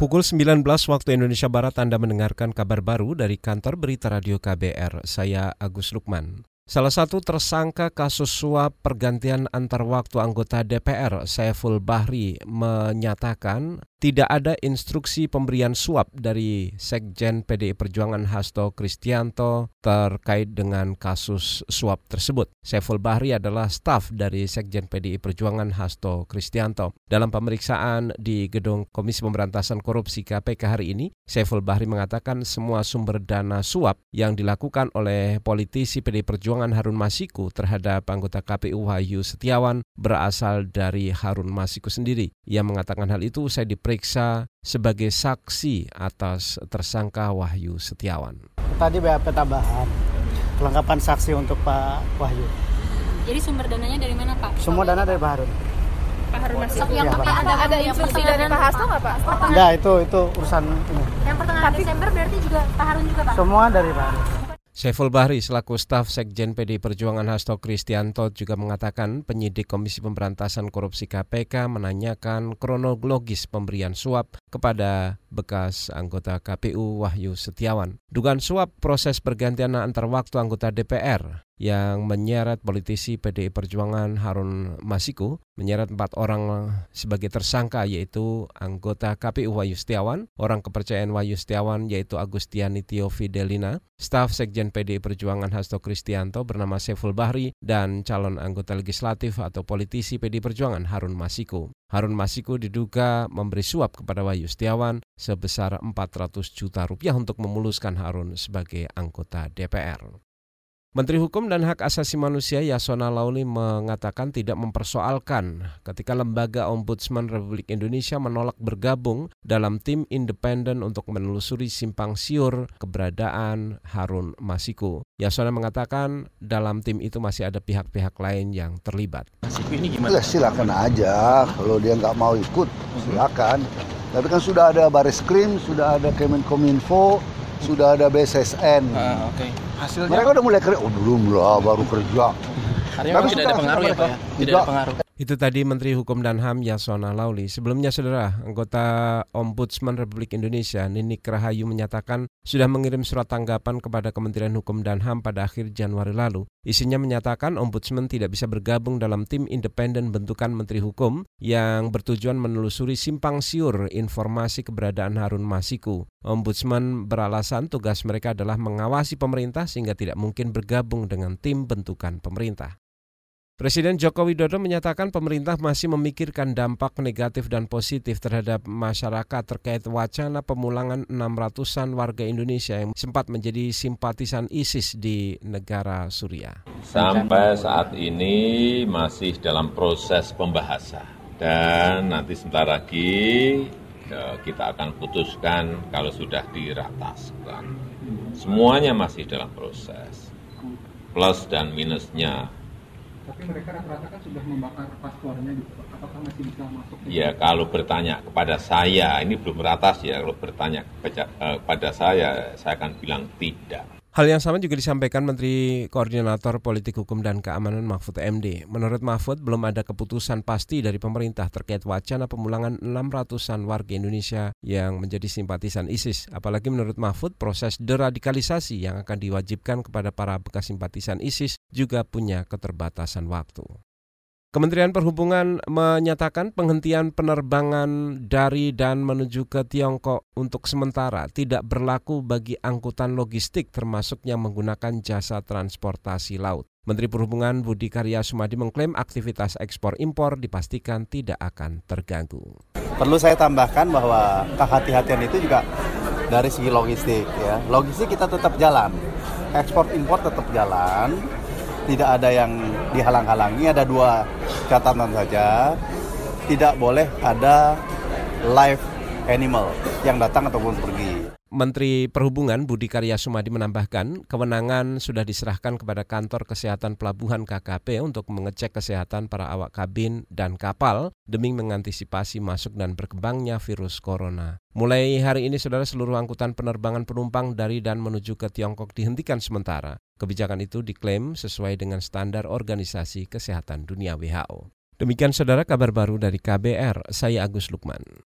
Pukul 19 waktu Indonesia Barat Anda mendengarkan kabar baru dari kantor berita radio KBR, saya Agus Lukman. Salah satu tersangka kasus suap pergantian antar waktu anggota DPR, Saiful Bahri, menyatakan tidak ada instruksi pemberian suap dari Sekjen PDI Perjuangan Hasto Kristianto terkait dengan kasus suap tersebut. Saiful Bahri adalah staf dari Sekjen PDI Perjuangan Hasto Kristianto. Dalam pemeriksaan di Gedung Komisi Pemberantasan Korupsi KPK hari ini, Saiful Bahri mengatakan semua sumber dana suap yang dilakukan oleh politisi PDI Perjuangan Harun Masiku terhadap anggota KPU Wahyu Setiawan berasal dari Harun Masiku sendiri. Ia mengatakan hal itu usai diperiksa sebagai saksi atas tersangka Wahyu Setiawan. Tadi BAP tambahan, kelengkapan saksi untuk Pak Wahyu. Jadi sumber dananya dari mana, Pak? Semua dana dari Pak Harun. Pak Harun Masiku. Ya, Ada instruksi dari Pak Hasto nggak, Pak? Enggak, itu urusan ini. Yang pertengahan Desember berarti juga Pak Harun juga, Pak? Semua dari Pak Harun. Saiful Bahri selaku staf Sekjen PDI Perjuangan Hasto Kristianto juga mengatakan penyidik Komisi Pemberantasan Korupsi KPK menanyakan kronologis pemberian suap kepada bekas anggota KPU Wahyu Setiawan. Dugaan suap proses pergantian antar waktu anggota DPR yang menyeret politisi PDI Perjuangan Harun Masiku, menyeret 4 orang sebagai tersangka, yaitu anggota KPU Wahyu Setiawan, orang kepercayaan Wahyu Setiawan yaitu Agustiani Tio Fidelina, staf Sekjen PDI Perjuangan Hasto Kristianto bernama Saiful Bahri, dan calon anggota legislatif atau politisi PDI Perjuangan Harun Masiku. Harun Masiku diduga memberi suap kepada Wahyu Setiawan sebesar 400 juta rupiah untuk memuluskan Harun sebagai anggota DPR. Menteri Hukum dan Hak Asasi Manusia Yasona Lauli mengatakan tidak mempersoalkan ketika Lembaga Ombudsman Republik Indonesia menolak bergabung dalam tim independen untuk menelusuri simpang siur keberadaan Harun Masiku. Yasona mengatakan dalam tim itu masih ada pihak-pihak lain yang terlibat. Masiku ini gimana? Silakan aja, kalau dia nggak mau ikut silakan. Tapi kan sudah ada Bareskrim, sudah ada Kemenkominfo, sudah ada BSSN. Okay. Hasilnya mereka udah mulai kerja. Belum lah, baru kerja. Tapi tidak ada pengaruh ya, Pak? Tidak ada pengaruh. Itu tadi Menteri Hukum dan HAM Yasona Lauli. Sebelumnya, saudara, anggota Ombudsman Republik Indonesia Ninik Rahayu menyatakan sudah mengirim surat tanggapan kepada Kementerian Hukum dan HAM pada akhir Januari lalu. Isinya menyatakan Ombudsman tidak bisa bergabung dalam tim independen bentukan Menteri Hukum yang bertujuan menelusuri simpang siur informasi keberadaan Harun Masiku. Ombudsman beralasan tugas mereka adalah mengawasi pemerintah sehingga tidak mungkin bergabung dengan tim bentukan pemerintah. Presiden Joko Widodo menyatakan pemerintah masih memikirkan dampak negatif dan positif terhadap masyarakat terkait wacana pemulangan 600-an warga Indonesia yang sempat menjadi simpatisan ISIS di negara Suriah. Sampai saat ini masih dalam proses pembahasan dan nanti sebentar lagi kita akan putuskan kalau sudah dirataskan. Semuanya masih dalam proses, plus dan minusnya. Tapi mereka rata-rata kan sudah membakar paspornya, apakah masih bisa masuk? Ya, kalau bertanya kepada saya, ini belum ratas ya, kalau bertanya kepada saya akan bilang tidak. Hal yang sama juga disampaikan Menteri Koordinator Politik Hukum dan Keamanan Mahfud MD. Menurut Mahfud, belum ada keputusan pasti dari pemerintah terkait wacana pemulangan 600-an warga Indonesia yang menjadi simpatisan ISIS. Apalagi menurut Mahfud, proses deradikalisasi yang akan diwajibkan kepada para bekas simpatisan ISIS juga punya keterbatasan waktu. Kementerian Perhubungan menyatakan penghentian penerbangan dari dan menuju ke Tiongkok untuk sementara tidak berlaku bagi angkutan logistik termasuk yang menggunakan jasa transportasi laut. Menteri Perhubungan Budi Karya Sumadi mengklaim aktivitas ekspor-impor dipastikan tidak akan terganggu. Perlu saya tambahkan bahwa kehati-hatian itu juga dari segi logistik. Ya. Logistik kita tetap jalan, ekspor-impor tetap jalan. Tidak ada yang dihalang-halangi, ada 2 catatan saja. Tidak boleh ada live animal yang datang ataupun pergi. Menteri Perhubungan Budi Karya Sumadi menambahkan, kewenangan sudah diserahkan kepada Kantor Kesehatan Pelabuhan KKP untuk mengecek kesehatan para awak kabin dan kapal demi mengantisipasi masuk dan berkembangnya virus corona. Mulai hari ini, saudara, seluruh angkutan penerbangan penumpang dari dan menuju ke Tiongkok dihentikan sementara. Kebijakan itu diklaim sesuai dengan standar Organisasi Kesehatan Dunia WHO. Demikian, saudara, kabar baru dari KBR. Saya Agus Lukman.